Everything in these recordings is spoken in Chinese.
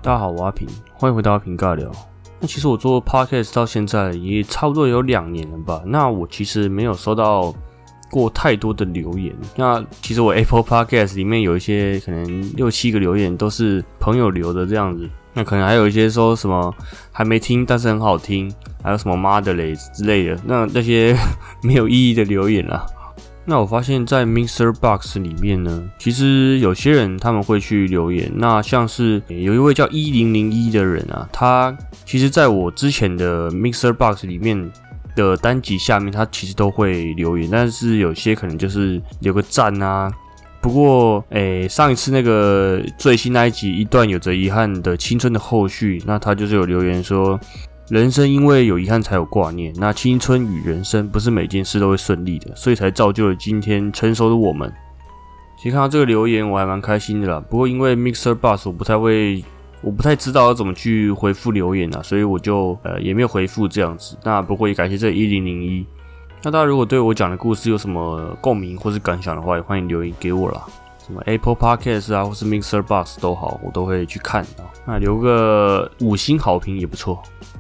大家好，我阿平，欢迎回到阿平尬聊。那其实我做 podcast 到现在也差不多有2年了吧。那我其实没有收到过太多的留言。那其实我 Apple Podcast 里面有一些可能6-7个留言都是朋友留的这样子。那可能还有一些说什么还没听但是很好听，还有什么妈的嘞之类的。那些没有意义的留言啦。那我发现在 MixerBox 里面呢，其实有些人他们会去留言，那像是有一位叫1001的人啊，他其实在我之前的 MixerBox 里面的单集下面，他其实都会留言，但是有些可能就是留个赞啊。不过上一次那个最新那一集一段有着遗憾的青春的后续，那他就是有留言说，人生因为有遗憾才有挂念，那青春与人生不是每件事都会顺利的，所以才造就了今天成熟的我们。其实看到这个留言我还蛮开心的啦，不过因为 MixerBox 我不太知道要怎么去回复留言啦，所以我就也没有回复这样子。那不过也感谢这1001。那大家如果对我讲的故事有什么共鸣或是感想的话，也欢迎留言给我啦。什么 Apple Podcast 啊，或是 MixerBox 都好，我都会去看啊。那留个5星好评也不错。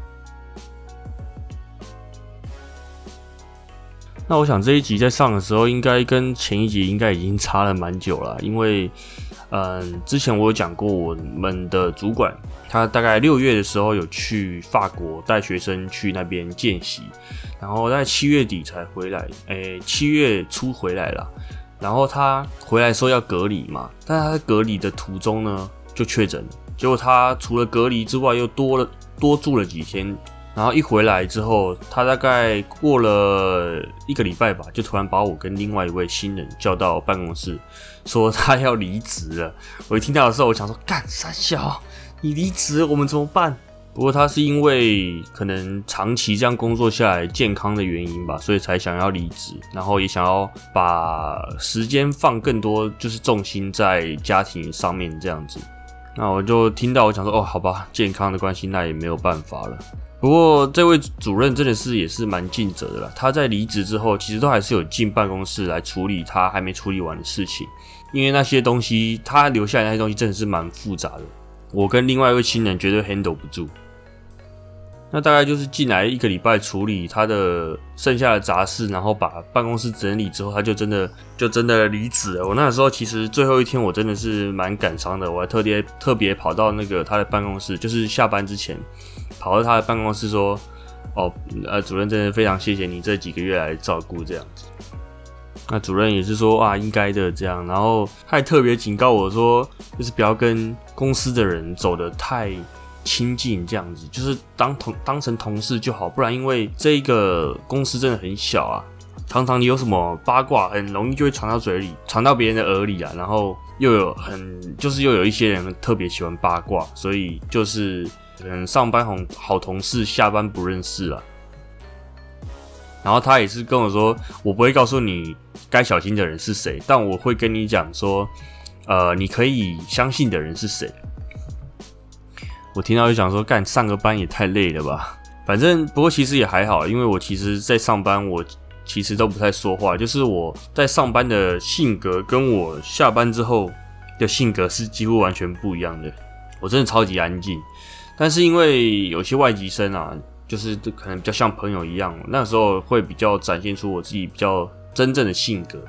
那我想这一集在上的时候，应该跟前一集应该已经差了蛮久了，因为之前我有讲过，我们的主管他大概6月的时候有去法国带学生去那边见习，然后在7月底才回来，7月初回来啦。然后他回来说要隔离嘛，但他在隔离的途中呢就确诊了，结果他除了隔离之外又多住了几天。然后一回来之后，他大概过了1个礼拜吧，就突然把我跟另外一位新人叫到办公室，说他要离职了。我一听到的时候，我想说，干三小，你离职我们怎么办？不过他是因为可能长期这样工作下来健康的原因吧，所以才想要离职，然后也想要把时间放更多，就是重心在家庭上面这样子。那我就听到，我想说，好吧，健康的关系，那也没有办法了。不过这位主任真的是也是蛮尽责的啦，他在离职之后其实都还是有进办公室来处理他还没处理完的事情，因为那些东西他留下来那些东西真的是蛮复杂的，我跟另外一位新人绝对 handle 不住。那大概就是进来1个礼拜处理他的剩下的杂事，然后把办公室整理之后，他就真的离职了。我那时候其实最后一天我真的是蛮感伤的，我还特别跑到那个他的办公室，就是下班之前跑到他的办公室说，主任真的非常谢谢你这几个月来照顾这样子。那主任也是说啊，应该的这样，然后他还特别警告我说，就是不要跟公司的人走得太亲近这样子，就是当成同事就好，不然因为这个公司真的很小啊，常常你有什么八卦很容易就会传到嘴里，传到别人的耳里啊，然后又有一些人特别喜欢八卦，所以就是可能上班好同事，下班不认识啊。然后他也是跟我说，我不会告诉你该小心的人是谁，但我会跟你讲说，你可以相信的人是谁。我听到就想说，干上个班也太累了吧。反正不过其实也还好，因为我其实在上班我其实都不太说话，就是我在上班的性格跟我下班之后的性格是几乎完全不一样的。我真的超级安静，但是因为有些外籍生啊，就是可能比较像朋友一样，那时候会比较展现出我自己比较真正的性格。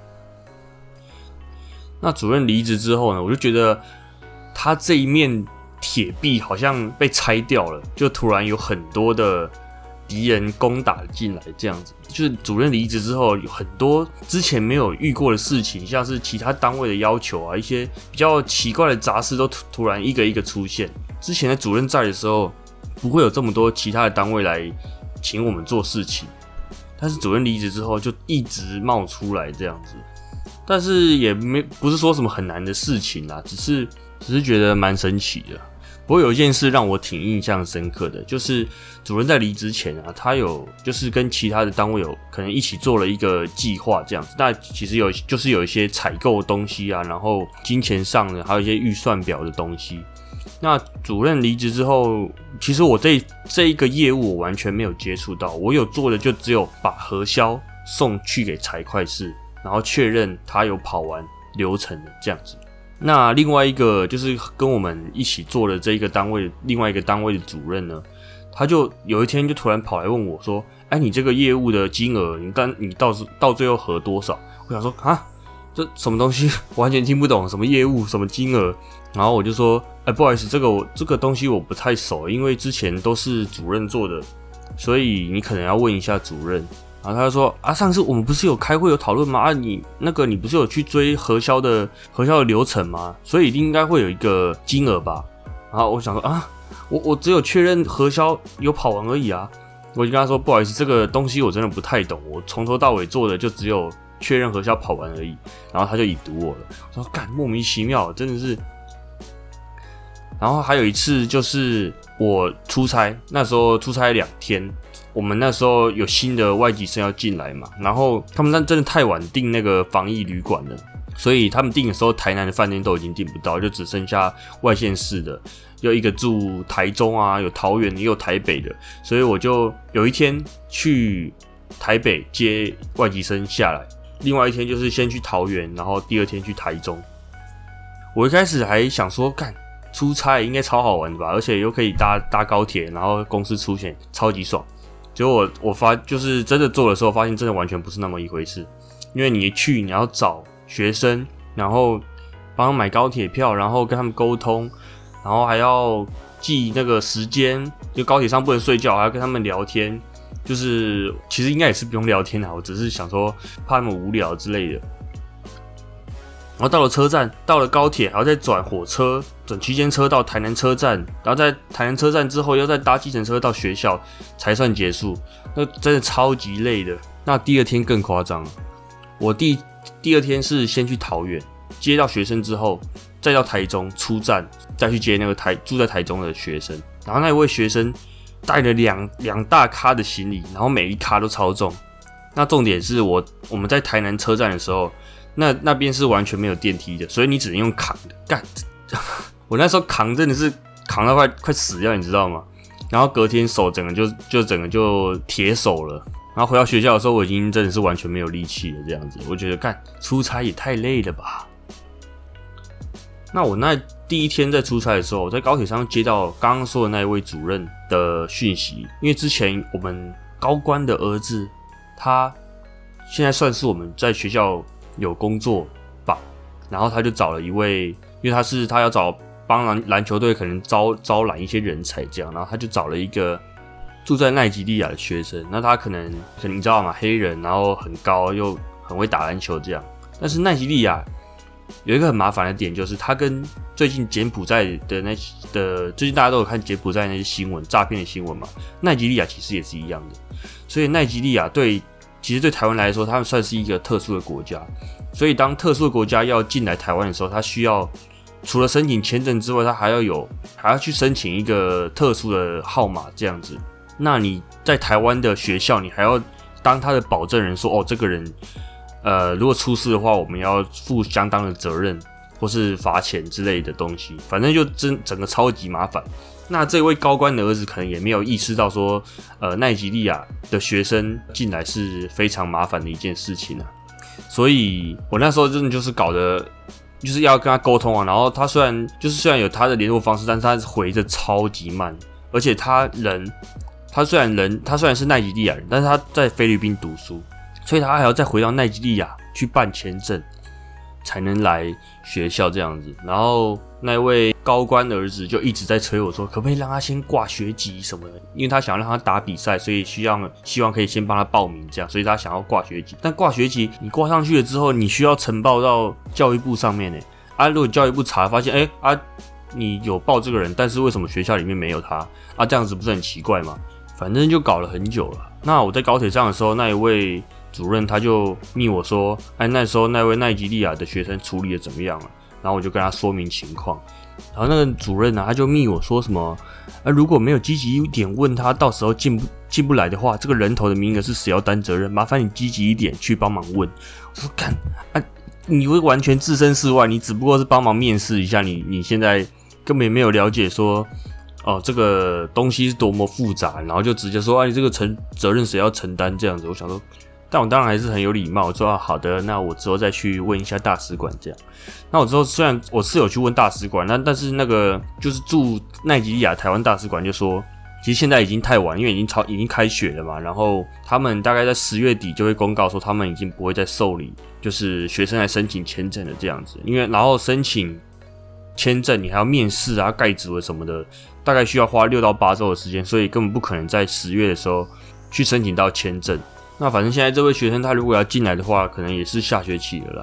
那主任离职之后呢，我就觉得他这一面铁壁好像被拆掉了，就突然有很多的敌人攻打进来，这样子。就是主任离职之后，有很多之前没有遇过的事情，像是其他单位的要求啊，一些比较奇怪的杂事都突然一个一个出现。之前的主任在的时候，不会有这么多其他的单位来请我们做事情，但是主任离职之后，就一直冒出来这样子。但是也不是说什么很难的事情啦，只是觉得蛮神奇的。不过有一件事让我挺印象深刻的，就是主任在离职前啊，他有就是跟其他的单位有可能一起做了一个计划这样子。那其实有一些采购东西啊，然后金钱上的还有一些预算表的东西。那主任离职之后，其实我这一个业务我完全没有接触到，我有做的就只有把核销送去给财会室，然后确认他有跑完流程的这样子。 那另外一个就是跟我们一起做的这一个单位，另外一个单位的主任呢，他就有一天就突然跑来问我说：“哎，你这个业务的金额，你到最后核多少？”我想说啊，这什么东西，完全听不懂，什么业务，什么金额。然后我就说：“哎，不好意思，这个东西我不太熟，因为之前都是主任做的，所以你可能要问一下主任。”然后他就说：“啊，上次我们不是有开会有讨论吗？啊，你不是有去追核销的流程吗？所以一定应该会有一个金额吧？”然后我想说啊，我只有确认核销有跑完而已啊。我就跟他说：“不好意思，这个东西我真的不太懂，我从头到尾做的就只有确认核销跑完而已。”然后他就已读我了。我说：“干，莫名其妙，真的是。”然后还有一次就是我出差，那时候出差2天。我们那时候有新的外籍生要进来嘛，然后他们真的太晚订那个防疫旅馆了，所以他们订的时候，台南的饭店都已经订不到，就只剩下外县市的，有一个住台中啊，有桃园，也有台北的，所以我就有一天去台北接外籍生下来，另外一天就是先去桃园，然后第2天去台中。我一开始还想说，干出差应该超好玩的吧，而且又可以搭高铁，然后公司出钱，超级爽。结果我就是真的做的时候，发现真的完全不是那么一回事。因为你要找学生，然后帮他们买高铁票，然后跟他们沟通，然后还要记那个时间，就高铁上不能睡觉，还要跟他们聊天。就是其实应该也是不用聊天的，我只是想说怕他们无聊之类的。然后到了车站，到了高铁，还要再转火车，转区间车到台南车站，然后在台南车站之后，要再搭计程车到学校才算结束。那真的超级累的。那第2天更夸张了，我第2天是先去桃园接到学生之后，再到台中出站，再去接那个住在台中的学生。然后那一位学生带了两大咖的行李，然后每一咖都超重。那重点是我们在台南车站的时候。那边是完全没有电梯的，所以你只能用扛的。干，我那时候扛真的是扛到快死掉，你知道吗？然后隔天手整个就铁手了。然后回到学校的时候，我已经真的是完全没有力气了，这样子。我觉得干出差也太累了吧。那我那第1天在出差的时候，我在高铁上接到刚刚说的那一位主任的讯息，因为之前我们高官的儿子，他现在算是我们在学校有工作吧，然后他就找了一位，因为他要找帮篮球队可能招揽一些人才这样，然后他就找了一个住在奈及利亚的学生，那他可能你知道吗？黑人，然后很高又很会打篮球这样，但是奈及利亚有一个很麻烦的点，就是他跟最近柬埔寨的最近大家都有看柬埔寨那些新闻，诈骗的新闻嘛，奈及利亚其实也是一样的，所以奈及利亚其实对台湾来说，他们算是一个特殊的国家，所以当特殊的国家要进来台湾的时候，他需要除了申请签证之外，他还要去申请一个特殊的号码这样子。那你在台湾的学校，你还要当他的保证人说，哦，这个人，如果出事的话，我们要负相当的责任，或是罚钱之类的东西，反正就整个超级麻烦。那这位高官的儿子可能也没有意识到说，奈及利亚的学生进来是非常麻烦的一件事情啊。所以我那时候真的就是搞得，就是要跟他沟通啊。然后他虽然有他的联络方式，但是他回的超级慢，而且他虽然是奈及利亚人，但是他在菲律宾读书，所以他还要再回到奈及利亚去办签证，才能来学校这样子。然后那位高官的儿子就一直在催我说，可不可以让他先挂学籍什么的，因为他想要让他打比赛，所以希望可以先帮他报名这样，所以他想要挂学籍。但挂学籍你挂上去了之后，你需要呈报到教育部上面如果教育部查发现你有报这个人，但是为什么学校里面没有他这样子不是很奇怪吗？反正就搞了很久了。那我在高铁上的时候，那一位主任他就密我说，那时候那位奈及利亚的学生处理的怎么样了？然后我就跟他说明情况，然后那个主任他就密我说什么，如果没有积极一点问他，到时候进不来的话，这个人头的名额是谁要担责任？麻烦你积极一点去帮忙问。我说干你会完全置身事外，你只不过是帮忙面试一下，你现在根本也没有了解说，这个东西是多么复杂，然后就直接说，你这个责任谁要承担这样子？我想说， 但我当然还是很有礼貌，我说好的，那我之后再去问一下大使馆这样。那我之后虽然我是有去问大使馆，但是那个就是驻奈及利亚台湾大使馆就说，其实现在已经太晚，因为已经开学了嘛，然后他们大概在10月底就会公告说，他们已经不会再受理就是学生来申请签证的这样子，因为然后申请签证你还要面试啊、盖指纹什么的，大概需要花6到8周的时间，所以根本不可能在10月的时候去申请到签证。那反正现在这位学生他如果要进来的话，可能也是下学期了啦。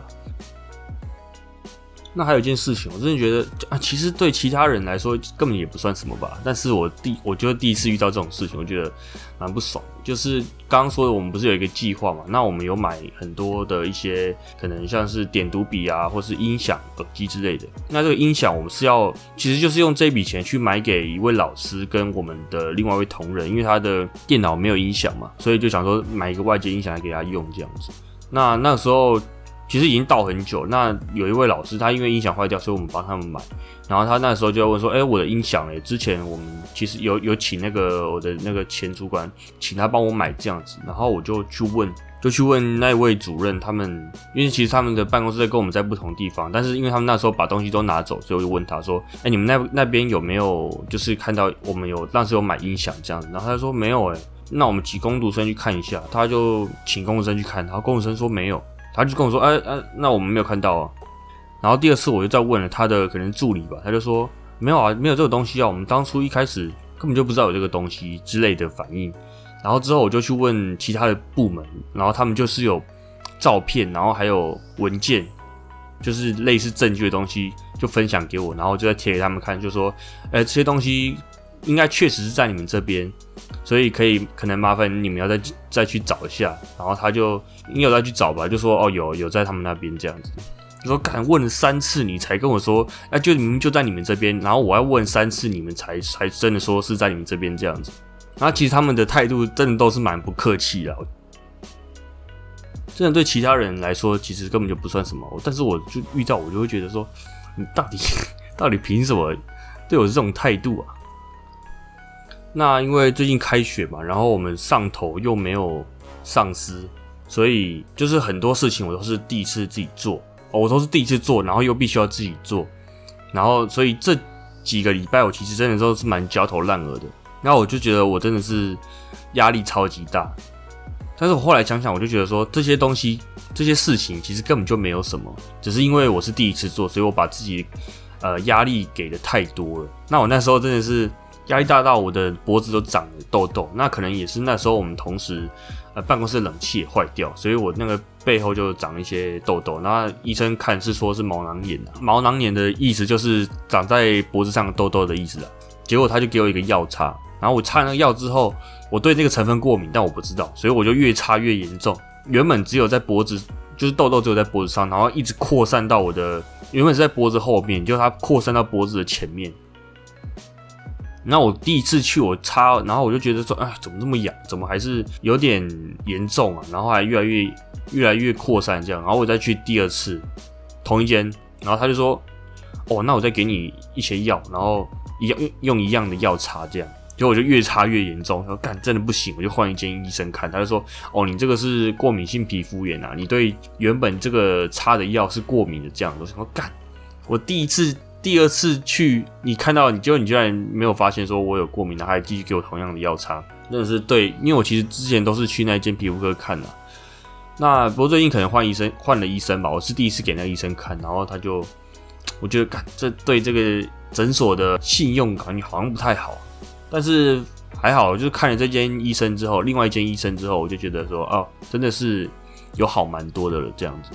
那还有一件事情，我真的觉得其实对其他人来说根本也不算什么吧，但是我觉得第一次遇到这种事情，我觉得蛮不爽的。就是刚刚说的，我们不是有一个计划嘛？那我们有买很多的一些可能像是点读笔啊，或是音响、耳机之类的。那这个音响我们其实就是用这笔钱去买给一位老师跟我们的另外一位同仁，因为他的电脑没有音响嘛，所以就想说买一个外接音响来给他用这样子。那个时候其实已经到很久，那有一位老师他因为音响坏掉，所以我们帮他们买。然后他那时候就要问说，我的音响嘞，之前我们其实有请我的那个前主管，请他帮我买这样子。然后我就去问那位主任他们，因为其实他们的办公室跟我们在不同地方，但是因为他们那时候把东西都拿走，所以我就问他说，你们那边有没有就是看到我们当时有买音响这样子？然后他就说没有那我们请工读生去看一下。他就请工读生去看，然后工读生说没有。他就跟我说，那我们没有看到啊。然后第二次我就再问了他的可能助理吧，他就说没有啊，没有这个东西啊，我们当初一开始根本就不知道有这个东西之类的反应。然后之后我就去问其他的部门，然后他们就是有照片，然后还有文件，就是类似证据的东西就分享给我，然后就再贴给他们看，就说这些东西应该确实是在你们这边，所以可能麻烦你们要再去找一下。然后他就你有再去找吧，就说有在他们那边这样子。就说敢问了3次你才跟我说，就明明就在你们这边，然后我要问3次你们才真的说是在你们这边这样子。然后其实他们的态度真的都是蛮不客气的，真的对其他人来说其实根本就不算什么，但是我就遇到我就会觉得说，你到底凭什么对我是这种态度啊？那因为最近开学嘛，然后我们上头又没有上司，所以就是很多事情我都是第一次自己做，然后又必须要自己做，然后所以这几个礼拜我其实真的都是蛮焦头烂额的。然后我就觉得我真的是压力超级大，但是我后来想想，我就觉得说这些东西、这些事情其实根本就没有什么，只是因为我是第一次做，所以我把自己压力给的太多了。那我那时候真的是压力大到我的脖子都长了痘痘，那可能也是那时候我们同时办公室的冷气也坏掉，所以我那个背后就长一些痘痘。那医生看是说是毛囊炎啊，毛囊炎的意思就是长在脖子上的痘痘的意思啊。结果他就给我一个药擦。然后我擦那个药之后，我对那个成分过敏，但我不知道，所以我就越擦越严重。原本只有在脖子，就是痘痘只有在脖子上，然后一直扩散到原本是在脖子后面，就它扩散到脖子的前面。那我第一次去我擦，然后我就觉得说，怎么这么痒？怎么还是有点严重啊？然后还越来越扩散这样。然后我再去第二次，同一间，然后他就说，那我再给你一些药，然后用一样的药擦这样。结果我就越擦越严重，说干真的不行，我就换一间医生看。他就说，你这个是过敏性皮肤炎啊，你对原本这个擦的药是过敏的这样。我想说干，我第二次去，你看到你居然没有发现说我有过敏，然后还继续给我同样的药擦，真的是对，因为我其实之前都是去那间皮肤科看的。那不过最近可能换了医生吧，我是第一次给那个医生看，然后我觉得干这对这个诊所的信用感觉好像不太好。但是还好，就是看了这间医生之后，另外一间医生之后，我就觉得说，真的是有好蛮多的了这样子。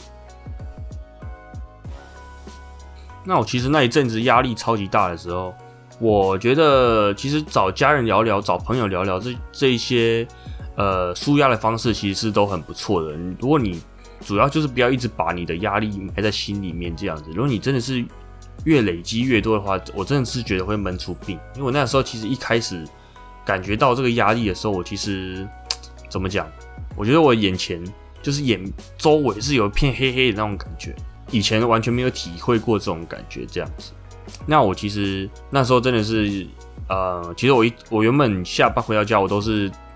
那我其实那一阵子压力超级大的时候，我觉得其实找家人聊聊，找朋友聊聊，这一些抒压的方式其实是都很不错的。如果你主要就是不要一直把你的压力埋在心里面这样子，如果你真的是越累积越多的话，我真的是觉得会闷出病。因为我那时候其实一开始感觉到这个压力的时候，我其实怎么讲？我觉得我眼前就是周围是有一片黑黑的那种感觉，以前完全没有体会过这种感觉这样子。那我其实那时候真的是其实我原本下班回到家，我都是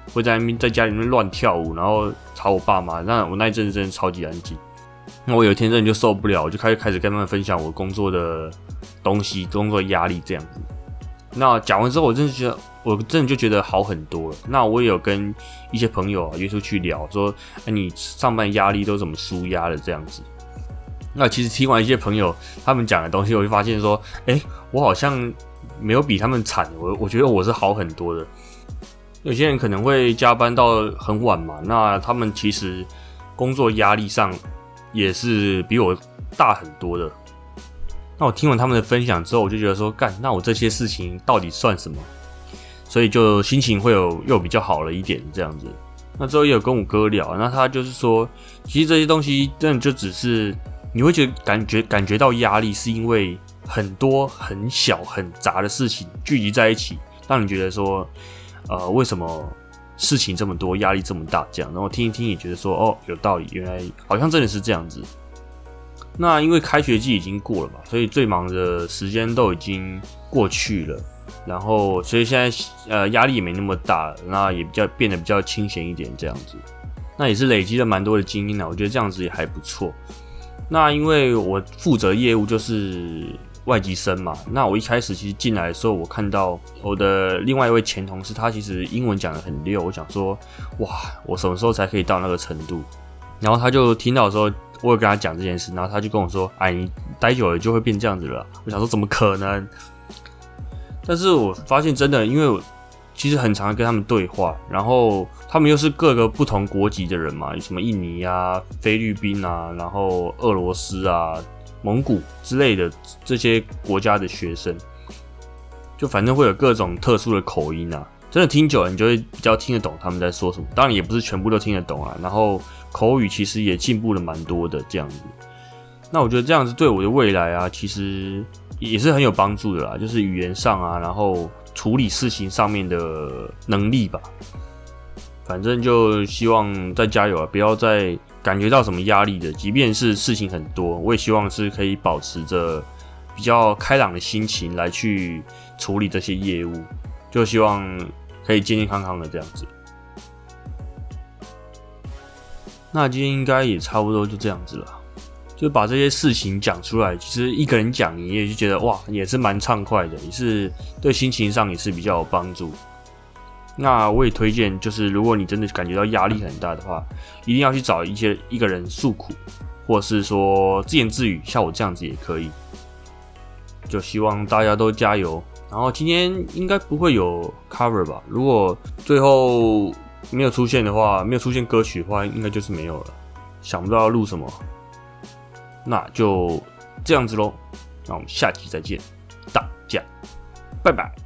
会在家里面乱跳舞，然后吵我爸妈。那我那一阵子真的超级安静。那我有一天真的就受不了，我就开始跟他们分享我工作的东西、工作压力这样子。那讲完之后，我真的就觉得好很多了。那我也有跟一些朋友约出去聊，说，你上班压力都怎么抒压的这样子。那其实听完一些朋友他们讲的东西，我就发现说，我好像没有比他们惨，我觉得我是好很多的。有些人可能会加班到很晚嘛，那他们其实工作压力上也是比我大很多的。那我听完他们的分享之后，我就觉得说，那我这些事情到底算什么？所以就心情会又比较好了一点这样子。那之后也有跟我哥聊，那他就是说，其实这些东西真的就只是你会觉得感觉到压力，是因为很多很小很杂的事情聚集在一起，让你觉得说，为什么事情这么多，压力这么大？这样，然后听一听也觉得说，有道理，原来好像真的是这样子。那因为开学季已经过了嘛，所以最忙的时间都已经过去了，然后所以现在压力也没那么大了，那也变得比较清闲一点这样子。那也是累积了蛮多的经验啦，我觉得这样子也还不错。那因为我负责业务就是外籍生嘛，那我一开始其实进来的时候，我看到我的另外一位前同事，他其实英文讲得很溜，我想说，哇，我什么时候才可以到那个程度？然后他就听到的时候，我有跟他讲这件事，然后他就跟我说，你待久了就会变这样子了。我想说怎么可能？但是我发现真的，因为我其实很常跟他们对话，然后他们又是各个不同国籍的人嘛，有什么印尼啊、菲律宾啊，然后俄罗斯啊、蒙古之类的这些国家的学生，就反正会有各种特殊的口音啊。真的听久了，你就会比较听得懂他们在说什么。当然也不是全部都听得懂啊，然后口语其实也进步了蛮多的这样子。那我觉得这样子对我的未来啊，其实也是很有帮助的啦，就是语言上啊，然后处理事情上面的能力吧。反正就希望再加油啊，不要再感觉到什么压力的，即便是事情很多，我也希望是可以保持着比较开朗的心情来去处理这些业务，就希望可以健健康康的这样子。那今天应该也差不多就这样子了，就把这些事情讲出来。其实一个人讲，你也就觉得哇，也是蛮畅快的，也是对心情上也是比较有帮助。那我也推荐，就是如果你真的感觉到压力很大的话，一定要去找一个人诉苦，或是说自言自语，像我这样子也可以。就希望大家都加油。然后今天应该不会有 cover 吧？如果最后没有出现的话，没有出现歌曲的话，应该就是没有了。想不到要录什么，那就这样子咯。那我们下期再见，大家拜拜。